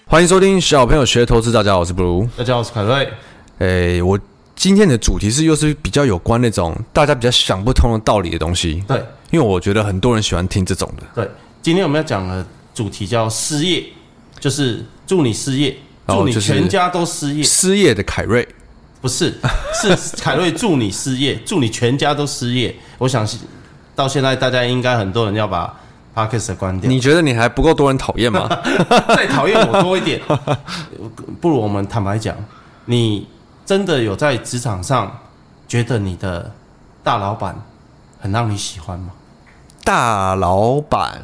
欢迎收听小朋友学投资，大家好，我是 Blue， 大家好，我是凯瑞。 我今天的主题又是比较有关那种大家比较想不通的道理的东西。 对， 因为我觉得很多人喜欢听这种的。 对，今天我们要讲的主题叫失业，就是祝你失业，祝你全家都失业。 失业的凯瑞不是，是凯瑞祝你失业，祝你全家都失业。我想到现在大家应该很多人要把 Podcast 关掉。 你觉得你还不够多人讨厌吗？ 再讨厌我多一点，不如我们坦白讲，你真的有在职场上觉得你的大老板很让你喜欢吗？ 大老板，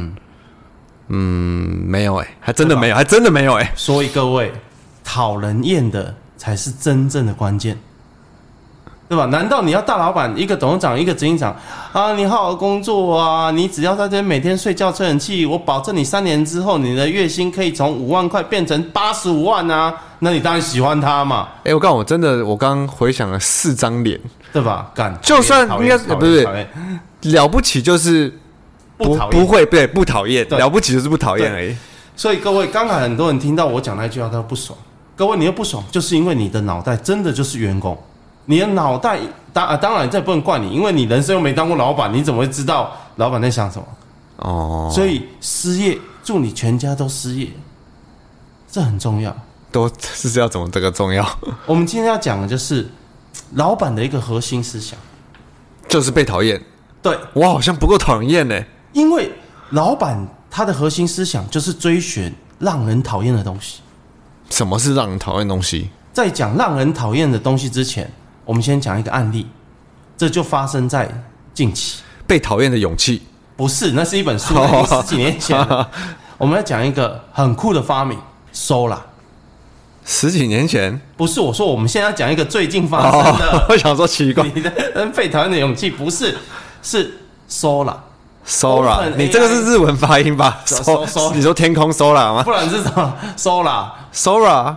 没有还真的没有，还真的没有所以各位，讨人厌的才是真正的关键。对吧？难道你要大老板一个董事长一个执行长啊？你好好工作啊！你只要在这边每天睡觉吹冷气，我保证你3年之后你的月薪可以从5万块变成85万啊！那你当然喜欢他嘛。 我告诉我真的，我刚回想了4张脸， 对吧？就算应该不是了不起，就是不会对不讨厌，了不起就是不讨厌而已。 所以各位，刚才很多人听到我讲那句话，他不爽。各位，你又不爽，就是因为你的脑袋真的就是员工。你的脑袋当然这不能怪你，因为你人生又没当过老板，你怎么会知道老板在想什么？哦，所以失业，祝你全家都失业，这很重要。 都是要怎么这个重要？ 我们今天要讲的就是老板的一个核心思想， 就是被讨厌。对，我好像不够讨人厌呢。 因为老板他的核心思想就是追寻让人讨厌的东西。 什么是让人讨厌的东西？ 在讲让人讨厌的东西之前，我们先讲一个案例，这就发生在近期。 被讨厌的勇气不是，那是一本书，10几年前。我们要讲一个很酷的发明 ，Solar。 10几年前？不是，我说我们现在要讲一个最近发生的。 我想说奇怪， 你的被讨厌的勇气不是，是 Solar。Solar， 你这个是日文发音吧？你说天空 Solar 吗？ 不然是什么 Solar？Solar？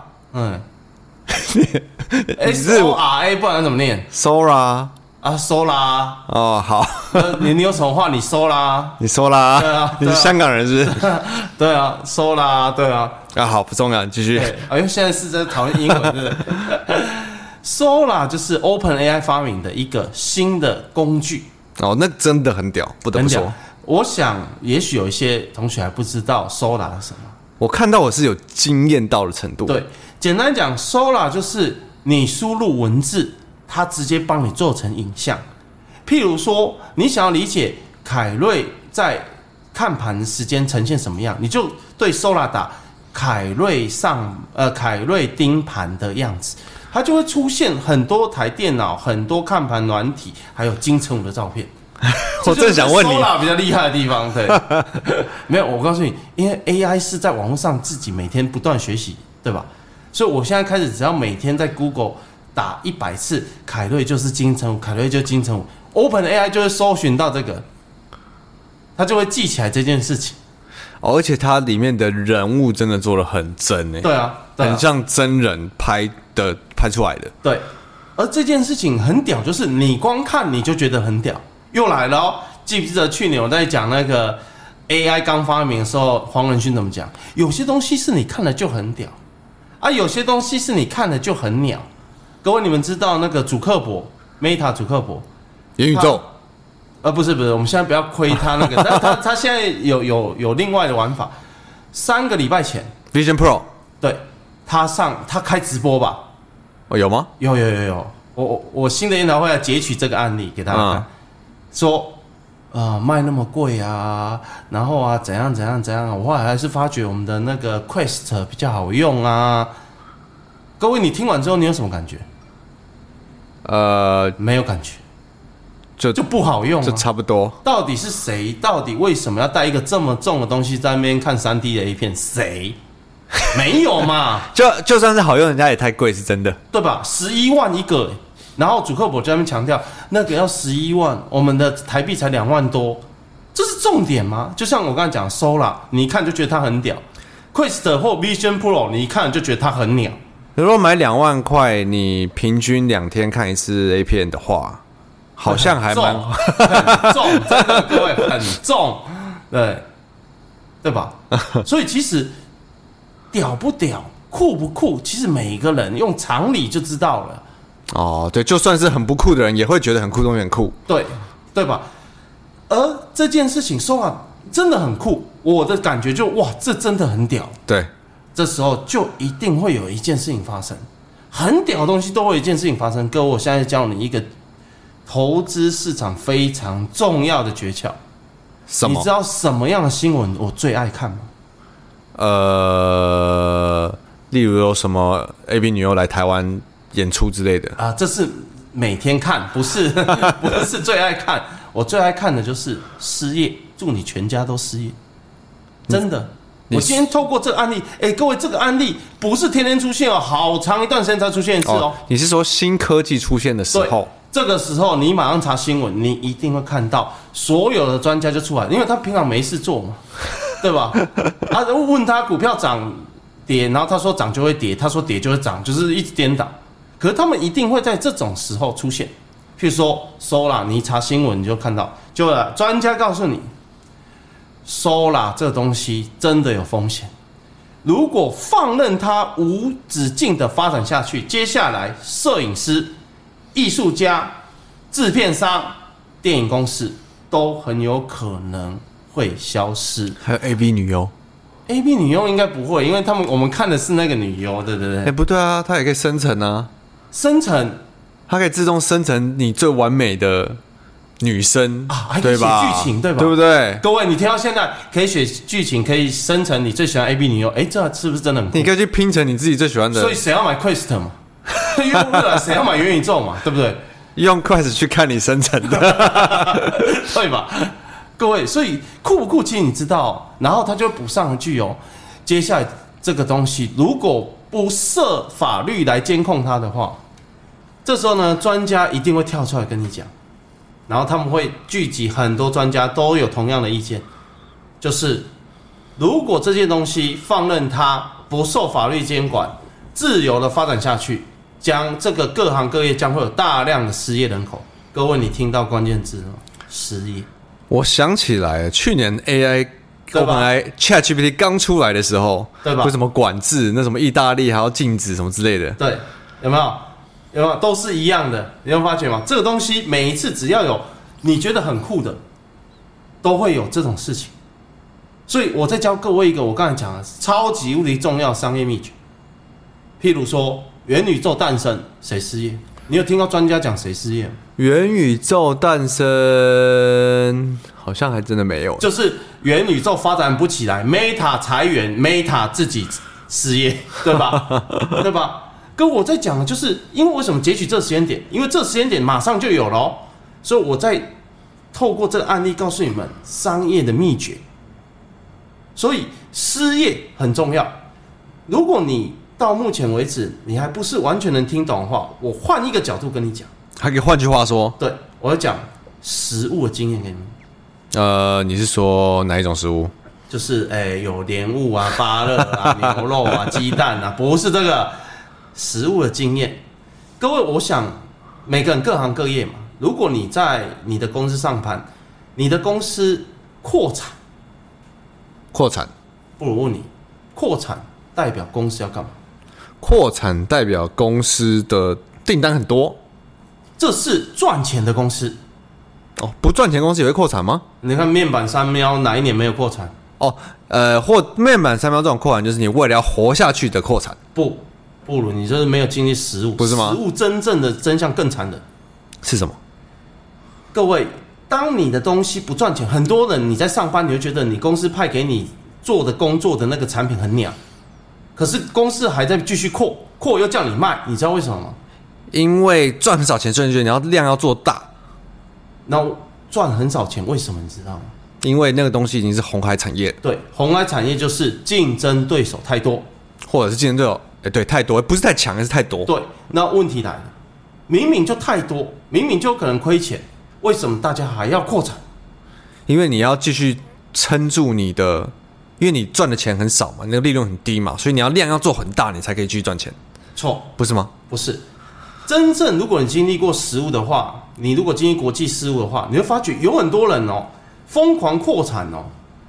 SORA， 不然怎么念 ？Solar 啊 ，Solar。哦，好。你有什么话你说啦？ 你说啦？ 对啊， 你是香港人是不是？ 对啊，说啦，对啊。 好，不重要，继续。 因为现在是在讨论英文，对不对？Solar 就是 OpenAI 发明的一个新的工具。 哦，那真的很屌，不得不说。 我想，也许有一些同学还不知道 Solar 是什么。 我看到我是有惊艳到的程度。 对，简单讲 ，Solar 就是你输入文字，它直接帮你做成影像。譬如说，你想要理解凯瑞在看盘时间呈现什么样，你就对 Solar 打凯瑞盯盘的样子，它就会出现很多台电脑、很多看盘软体，还有金城武的照片。 我正想问你 ，Solar 比较厉害的地方，对，没有，我告诉你，因为 AI 是在网络上自己每天不断学习，对吧？所以我现在开始，只要每天在 Google 打100次，凯瑞就是金城武，凯瑞就是金城武 ，OpenAI 就会搜寻到这个，他就会记起来这件事情。 而且它里面的人物真的做得很真对啊， 很像真人拍出来的。 对，而这件事情很屌，就是你光看你就觉得很屌。又来了哦！记不记得去年我在讲那个 AI 刚发明的时候，黄仁勋怎么讲？有些东西是你看了就很屌，有些东西是你看了就很鸟。各位，你们知道那个祖克伯 Meta 祖克伯元宇宙？ 不是，我们现在不要亏他那个，他现在有另外的玩法。3个礼拜前 ，Vision Pro， 对，他开直播吧？ 有吗？ 有。我新的研讨会来截取这个案例给大家看。说卖那么贵啊，然后怎样，我后来还是发觉我们的那个 Quest 比较好用啊。各位，你听完之后你有什么感觉？没有感觉，就不好用就差不多。 到底是谁？到底为什么要带一个这么重的东西在那边看3D 的A 片？谁？没有嘛？ 就算是好用，人家也太贵，是真的， 对吧？11万一个。然后祖克伯在那边强调，那个要11万，我们的台币才2万多，这是重点吗？就像我刚才讲 ，Solar， 你一看就觉得它很屌 ，Quest 或 Vision Pro， 你一看就觉得它很鸟。 如果买2万块，你平均2天看一次 A 片的话，好像还蛮很重，真的各位很重，对吧？所以其实屌不屌、酷不酷，其实每一个人用常理就知道了。 哦，对，就算是很不酷的人，也会觉得很酷，东西很酷， 对吧？而这件事情说啊，真的很酷，我的感觉就哇，这真的很屌。 对， 这时候就一定会有一件事情发生，很屌的东西都会有一件事情发生。各位，我现在教你一个投资市场非常重要的诀窍。 什么？ 你知道什么样的新闻我最爱看吗？ 例如有什么 AV 女优来台湾演出之类的啊，这是每天看，不是不是最爱看。我最爱看的就是失业，祝你全家都失业，真的。我今天透过这个案例，各位，这个案例不是天天出现哦，好长一段时间才出现一次哦。 你是说新科技出现的时候？ 这个时候你马上查新闻，你一定会看到所有的专家就出来，因为他平常没事做嘛，对吧？啊，问他股票涨跌，然后他说涨就会跌，他说跌就会涨，就是一直颠倒。可是他们一定会在这种时候出现，譬如说Solar，你查新闻你就看到，就专家告诉你，Solar 这东西真的有风险。如果放任它无止境的发展下去，接下来摄影师、艺术家、制片商、电影公司都很有可能会消失。 还有 AV 女优。 AV 女优应该不会，因为我们看的是那个女优，对不对？ 不对啊，它也可以生成啊。 生成， 它可以自动生成你最完美的女生啊，还可以写剧情，对吧？ 对不对？ 各位，你听到现在可以写剧情，可以生成你最喜欢 AV 女优，这是不是真的很酷？ 你可以去拼成你自己最喜欢的。 所以谁要买 Quest 嘛？用未来谁要买元宇宙嘛？对不对？ 用 Quest 去看你生成的， 对吧？各位，所以酷不酷？其实你知道，然后他就补上一句哦，接下来这个东西如果不设法律来监控它的话，这时候呢，专家一定会跳出来跟你讲，然后他们会聚集很多专家都有同样的意见，就是如果这件东西放任它不受法律监管，自由的发展下去，将这个各行各业将会有大量的失业人口。各位，你听到关键字了吗？失业。我想起来，去年 OpenAI ChatGPT 刚出来的时候， 对吧？ 为什么管制？那什么意大利还要禁止什么之类的？ 对，有没有？有没有？都是一样的。你有发觉吗？这个东西每一次只要有你觉得很酷的，都会有这种事情。所以我再教各位一个我刚才讲的超级无敌重要商业秘诀。譬如说，元宇宙诞生，谁失业？你有听到专家讲谁失业吗？ 元宇宙诞生好像还真的没有， 就是元宇宙发展不起来 ，Meta 裁员 ，Meta 自己失业，对吧？对吧？跟我在讲的就是，因为为什么截取这时间点？因为这时间点马上就有了哦，所以我在透过这个案例告诉你们商业的秘诀。所以失业很重要。如果你到目前为止你还不是完全能听懂的话，我换一个角度跟你讲。 还可以换句话说， 对，我要讲食物的经验给你们。 你是说哪一种食物？ 就是有莲雾啊、芭乐啊、牛肉啊、鸡蛋啊，不是这个食物的经验。各位，我想每个人各行各业嘛，如果你在你的公司上班，你的公司扩产，不如问你，扩产代表公司要干嘛？ 扩产代表公司的订单很多。 这是赚钱的公司哦，不赚钱公司也会扩产吗？ 你看面板三喵哪一年没有扩产？ 哦，或面板三喵这种扩产，就是你为了要活下去的扩产。 不如你就是没有经历实务， 不是吗？ 实务真正的真相更残忍。 是什么？ 各位，当你的东西不赚钱，很多人你在上班，你会觉得你公司派给你做的工作的那个产品很鸟，可是公司还在继续扩又叫你卖，你知道为什么吗？ 因为赚很少钱，所以你要量要做大。 那赚很少钱，为什么你知道吗？ 因为那个东西已经是红海产业。 对，红海产业就是竞争对手太多， 或者是竞争对手，对，太多，不是太强，而是太多。 对，那问题来了，明明就太多，明明就可能亏钱，为什么大家还要扩产？ 因为你要继续撑住你的，因为你赚的钱很少嘛，你的利润很低嘛，所以你要量要做很大，你才可以继续赚钱。 错， 不是吗？ 不是。真正如果你经历过实务的话，你如果经历国际事务的话，你会发觉有很多人哦，疯狂扩产哦，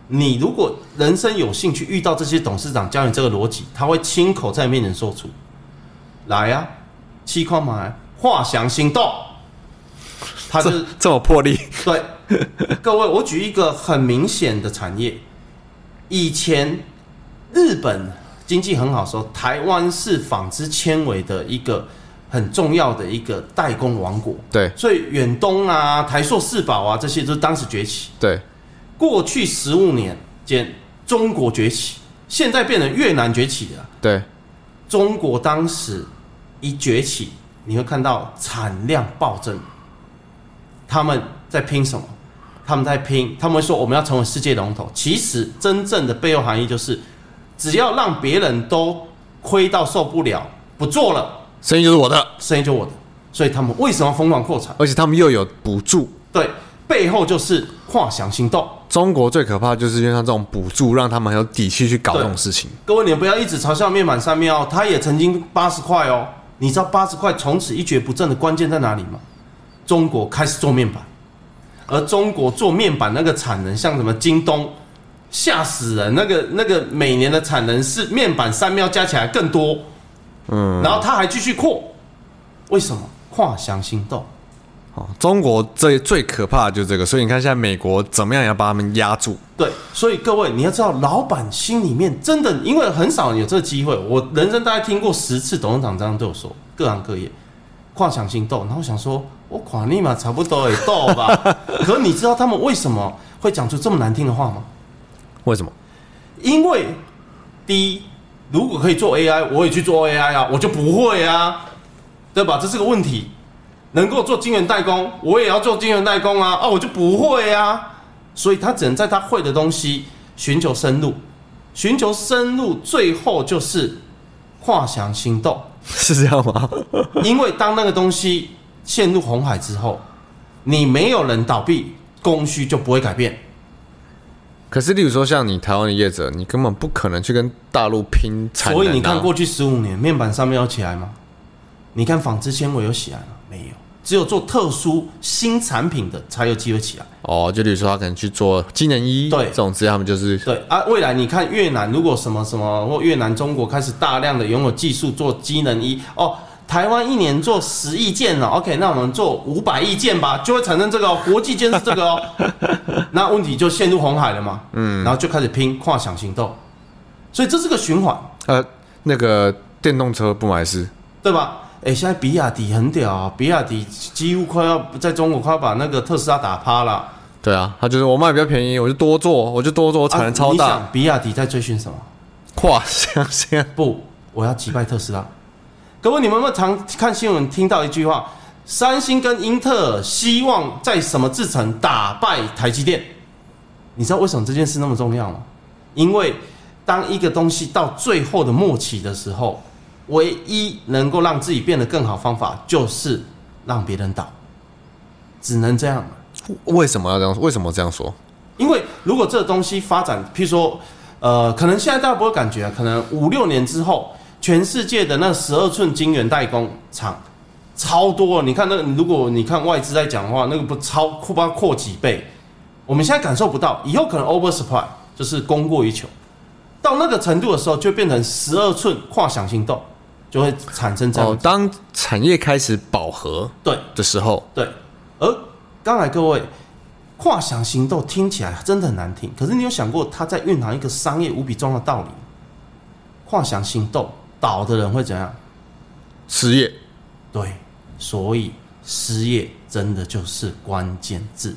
你如果人生有兴趣遇到这些董事长教你这个逻辑，他会亲口在你面前说出来啊，气矿买化翔星斗，他就是这么魄力。 对，各位，我举一个很明显的产业，以前日本经济很好的时候，台湾是纺织纤维的一个很重要的一个代工王国， 对， 所以远东啊、台塑四宝啊这些都是当时崛起。 对， 过去15年间，中国崛起，现在变成越南崛起了。 对， 中国当时一崛起，你会看到产量暴增。他们在拼什么？他们在拼，他们会说我们要成为世界龙头。其实真正的背后含义就是，只要让别人都亏到受不了，不做了， 生意就是我的， 生意就我的。所以他们为什么疯狂扩产？ 而且他们又有补助。 对，背后就是化翔星斗。 中国最可怕的就是因为他这种补助，让他们很有底气去搞这种事情。 各位，你们不要一直嘲笑面板三喵，它也曾经80块哦。你知道80块从此一蹶不振的关键在哪里吗？中国开始做面板，而中国做面板那个产能，像什么京东，吓死人！那个每年的产能是面板三喵加起来更多，然后它还继续扩，为什么？化翔星斗。 中国最可怕的就是这个，所以你看现在美国怎么样也要把他们压住。 对，所以各位你要知道，老板心里面真的，因为很少有这个机会，我人生大概听过10次董事长这样对我说，各行各业化翔星斗，然后我想说，我垮你嘛差不多也斗吧。可你知道他们为什么会讲出这么难听的话吗？ 为什么？ 因为第一，如果可以做 AI， 我也去做 AI 啊，我就不会啊，对吧？这是个问题。能够做晶圆代工，我也要做晶圆代工啊！我就不会啊，所以他只能在他会的东西寻求深入，寻求深入，最后就是化翔星斗， 是这样吗？ 因为当那个东西陷入红海之后，你没有人倒闭，供需就不会改变。 可是，例如说像你台湾的业者，你根本不可能去跟大陆拼产能啊。 所以你看过去15年，面板上面有起来吗？你看纺织纤维有起来吗？没有，只有做特殊新产品的才有机会起来。 哦，就比如说他可能去做机能衣， 对这种职业，他们就是对啊。未来你看越南，如果什么或越南、中国开始大量的拥有技术做机能衣哦，台湾一年做10亿件了 ，OK， 那我们做500亿件吧，就会产生这个哦，国际间是这个哦。那问题就陷入红海了嘛，然后就开始拼跨想行动，所以这是个循环。 那个电动车不买是， 对吧？现在比亚迪很屌啊，比亚迪几乎快要在中国快要把那个特斯拉打趴了。 对啊，他就是我卖比较便宜，我就多做，我产能超大。 你想比亚迪在追寻什么？ 跨象限？ 不，我要击败特斯拉。各位，你们有没有常看新闻听到一句话？三星跟英特尔希望在什么制程打败台积电？你知道为什么这件事那么重要吗？因为当一个东西到最后的末期的时候，唯一能够让自己变得更好的方法就是让别人倒，只能这样。 为什么要这样？为什么这样说？ 因为如果这个东西发展，譬如说，可能现在大家不会感觉啊，可能5、6年之后，全世界的那12寸晶圆代工厂超多了。你看那个，如果你看外资在讲的话，那个不扩几倍？我们现在感受不到，以后可能 oversupply 就是供过于求，到那个程度的时候，就变成12寸跨想行动，就会产生这样。 当产业开始饱和的时候， 对。而刚才各位，跨想行动听起来真的很难听，可是你有想过它在蕴含一个商业无比重要的道理？跨想行动倒的人会怎样？ 失业。 对，所以失业真的就是关键字。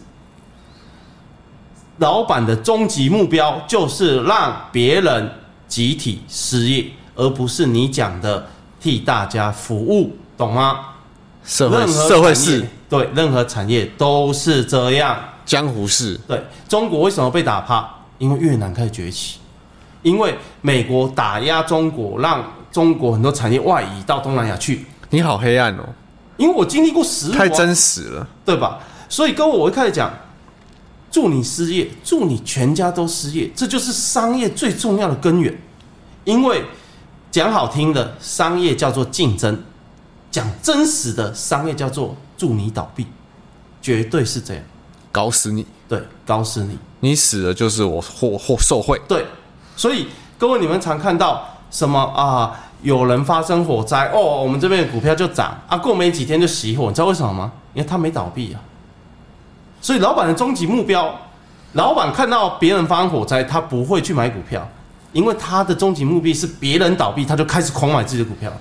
老板的终极目标就是让别人集体失业，而不是你讲的替大家服务，懂吗？ 社会式， 对，任何产业都是这样， 江湖式。 对，中国为什么被打趴？因为越南开始崛起，因为美国打压中国，让中国很多产业外移到东南亚去。 你好黑暗哦！ 因为我经历过实物， 太真实了， 对吧？所以各位，我会开始讲，祝你失业，祝你全家都失业，这就是商业最重要的根源。因为讲好听的商业叫做竞争，讲真实的商业叫做祝你倒闭，绝对是这样。 搞死你， 对，搞死你， 你死了就是我或受贿。 对，所以各位你们常看到什么啊？有人发生火灾哦，我们这边的股票就涨啊，过没几天就熄火，你知道为什么吗？因为他没倒闭啊。所以老板的终极目标，老板看到别人发生火灾，他不会去买股票，因为他的终极目的是别人倒闭，他就开始狂买自己的股票。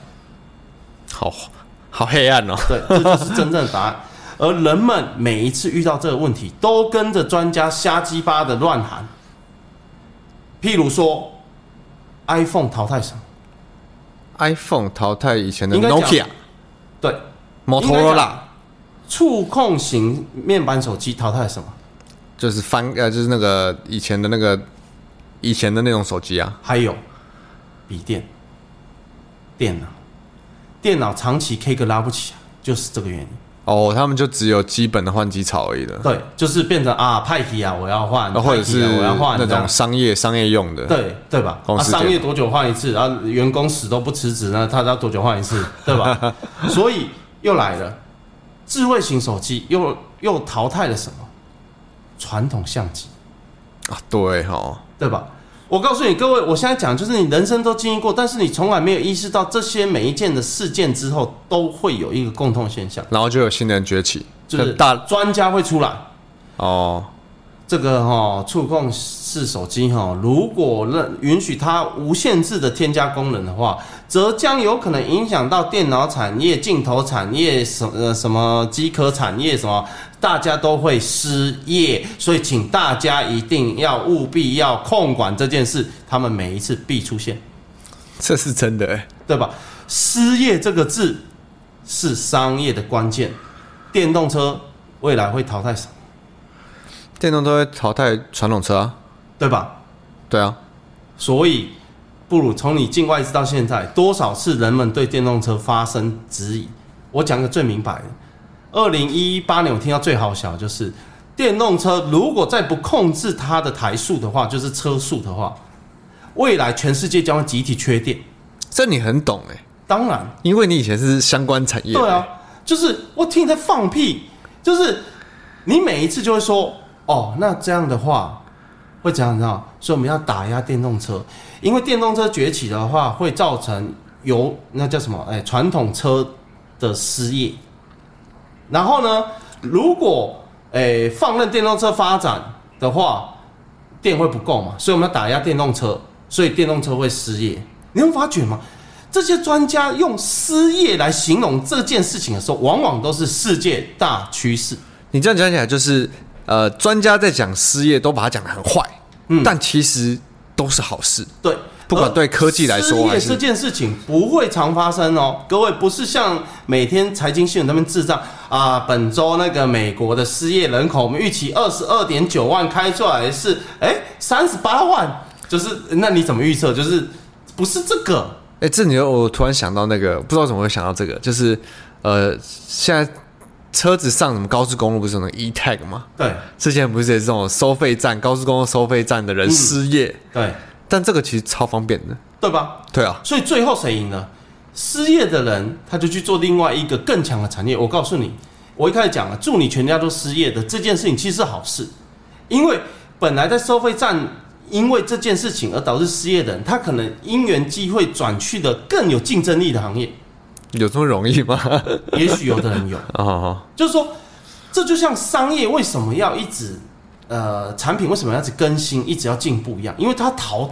好黑暗哦。 对，这就是真正的答案。而人们每一次遇到这个问题，都跟着专家瞎鸡巴的乱喊。譬如说 ，iPhone 淘汰什么 ？iPhone 淘汰以前的应该讲 Nokia， 对， Motorola， 触控型面板手机淘汰什么？ 就是就是那个以前的那种手机啊。 还有笔电、电脑长期 K 歌拉不起来，就是这个原因。 哦，他们就只有基本的换机槽而已了。 对，就是变成啊，派系啊，我要换， 或者是我要换那种商业用的。 对吧？商业多久换一次？然后员工死都不辞职呢，他要多久换一次？对吧？所以又来了，智慧型手机又淘汰了什么？传统相机啊，对齁， 对吧？我告诉你各位，我现在讲就是你人生都经历过，但是你从来没有意识到这些每一件的事件之后都会有一个共同现象， 然后就有新的人崛起， 就是专家会出来。 哦， 这个触控式手机如果允许它无限制的添加功能的话，则将有可能影响到电脑产业、镜头产业、什么机壳产业什么，大家都会失业。所以请大家一定要务必要控管这件事，他们每一次必出现。 这是真的对吧？失业这个字是商业的关键。电动车未来会淘汰什么？ 电动车会淘汰传统车啊， 对吧？ 对啊， 所以不如从你境外直到现在，多少次人们对电动车发生质疑？我讲个最明白的，2018年我听到最好笑的就是电动车如果再不控制它的台数的话，就是车速的话，未来全世界将会集体缺电。 这你很懂当然， 因为你以前是相关产业。 对啊，就是我听你在放屁，就是你每一次就会说。哦，那这样的话会怎样？你知道？所以我们要打压电动车，因为电动车崛起的话，会造成那叫什么？传统车的失业。然后呢，如果放任电动车发展的话，电会不够嘛，所以我们要打压电动车，所以电动车会失业。你会发觉吗？这些专家用失业来形容这件事情的时候，往往都是世界大趋势。 你这样讲起来就是。专家在讲失业都把它讲得很坏，但其实都是好事。 对， 不管对科技来说， 失业这件事情不会常发生哦。各位不是像每天财经新闻那边智障啊，本周那个美国的失业人口，我们预期22.9万，开出来是38万，就是那你怎么预测？就是不是这个？ 我突然想到那个，不知道怎么会想到这个，就是现在。车子上什么高速公路不是有那个 E-Tag 吗？ 对， 之前不是也是这种收费站、高速公路收费站的人失业？ 对， 但这个其实超方便的， 对吧？ 对啊， 所以最后谁赢了？失业的人他就去做另外一个更强的产业。我告诉你，我一开始讲了，祝你全家都失业的这件事情其实是好事，因为本来在收费站因为这件事情而导致失业的人，他可能因缘机会转去的更有竞争力的行业。 有这么容易吗？ 也许有的人有就是说，这就像商业为什么要一直产品为什么要一直更新，一直要进步一样，因为它淘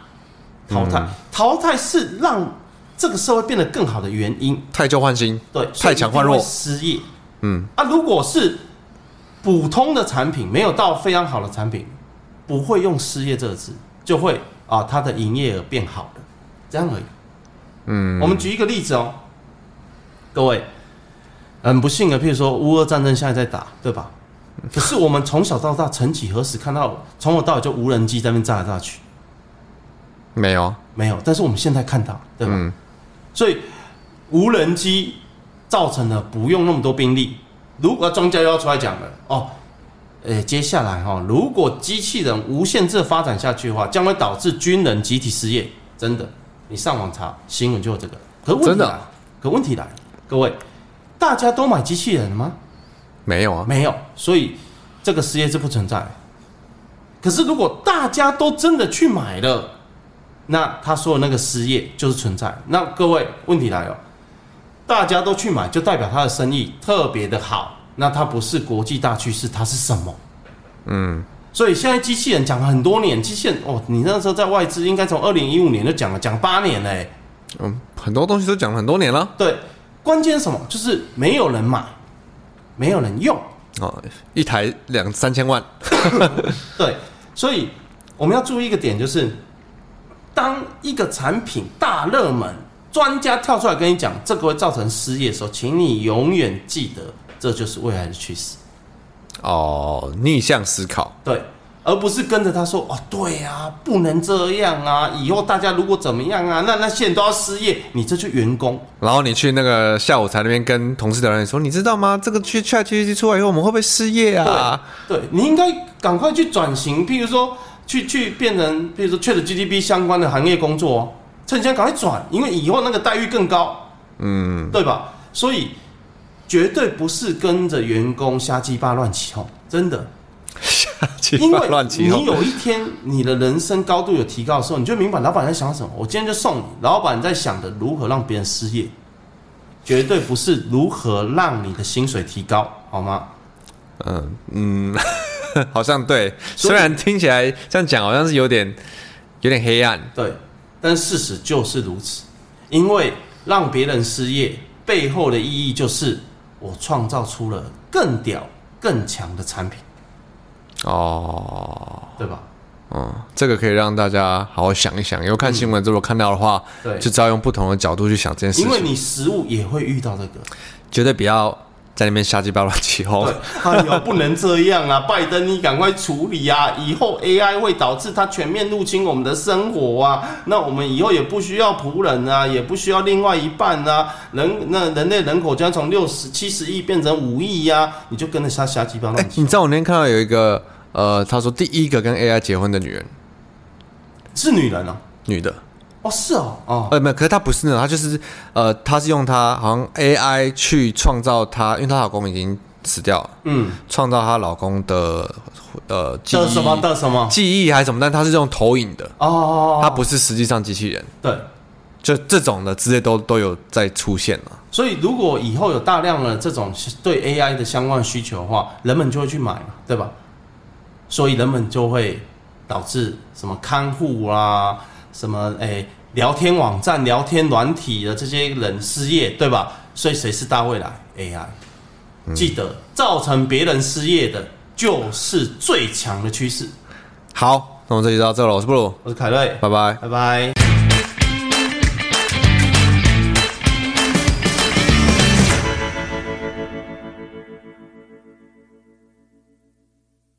汰是让这个社会变得更好的原因。 汰旧换新， 对， 汰强换弱， 失业。如果是普通的产品，没有到非常好的产品，不会用失业这个字，就会它的营业额变好了，这样而已。我们举一个例子哦。各位，很不幸的，譬如说乌俄战争现在在打，对吧？可是我们从小到大，曾几何时看到从头到尾就无人机在那边炸来炸去？没有。但是我们现在看到，对吧？所以无人机造成了不用那么多兵力。如果庄家又要出来讲了接下来如果机器人无限制发展下去的话，将会导致军人集体失业。真的，你上网查新闻就有这个。可问题来了。各位，大家都买机器人了吗？ 没有啊， 没有。所以这个失业是不存在。可是如果大家都真的去买了，那他说的那个失业就是存在。那各位，问题来了，大家都去买，就代表他的生意特别的好，那它不是国际大趋势，它是什么？所以现在机器人讲了很多年，机器人哦，你那时候在外资应该从2015年就讲了，讲8年嘞。 很多东西都讲了很多年了。 对，关键是什么？就是没有人买，没有人用。 一台2-3千万。 对，所以我们要注意一个点，就是当一个产品大热门，专家跳出来跟你讲这个会造成失业的时候，请你永远记得，这就是未来的趋势。 逆向思考。 对，而不是跟着他说对啊，不能这样啊，以后大家如果怎么样啊，那些人都要失业，你这就员工。 然后你去那个下午茶那边跟同事聊天说，你知道吗？这个去 ChatGPT 出来以后，我们会不会失业啊？ 对，你应该赶快去转型，譬如说去变成，譬如说 ChatGPT 相关的行业工作趁现在赶快转，因为以后那个待遇更高，对吧？所以绝对不是跟着员工瞎鸡巴乱起哄，真的。因为你有一天你的人生高度有提高的时候，你就明白老板在想什么。我今天就送你，老板在想的如何让别人失业，绝对不是如何让你的薪水提高，好吗？ 好像对，虽然听起来这样讲好像是有点黑暗， 对，但事实就是如此。因为让别人失业背后的意义就是我创造出了更屌、更强的产品。对吧？ 这个可以让大家好好想一想。以后看新闻如果看到的话，就知道用不同的角度去想这件事情。 因为你实务也会遇到这个， 绝对不要在那边瞎鸡巴乱起哄。 哎呦，不能这样啊！拜登，你赶快处理啊！以后 AI 会导致它全面入侵我们的生活啊！那我们以后也不需要仆人啊，也不需要另外一半啊，人类人口将从70亿变成5亿啊！你就跟着瞎鸡巴乱起。 你知道我那天看到有一个他说第一个跟 AI 结婚的女人是女人哦， 女的。 是哦， 没有，可是她不是那种，她就是她是用她好像 AI 去创造她，因为她老公已经死掉了，创造她老公的记忆什么记忆还是什么，但她是用投影的她不是实际上机器人。 对， 就这种的之类都有在出现了。 所以如果以后有大量的这种对 AI 的相关需求的话，人们就会去买嘛，对吧？所以人们就会导致什么看护啦，什么聊天网站、聊天软体的这些人失业，对吧？所以谁是大未来 ？AI。记得，造成别人失业的就是最强的趋势。 好，那我们这集就到这了。我是布鲁， 我是凯瑞， 拜拜， 拜拜。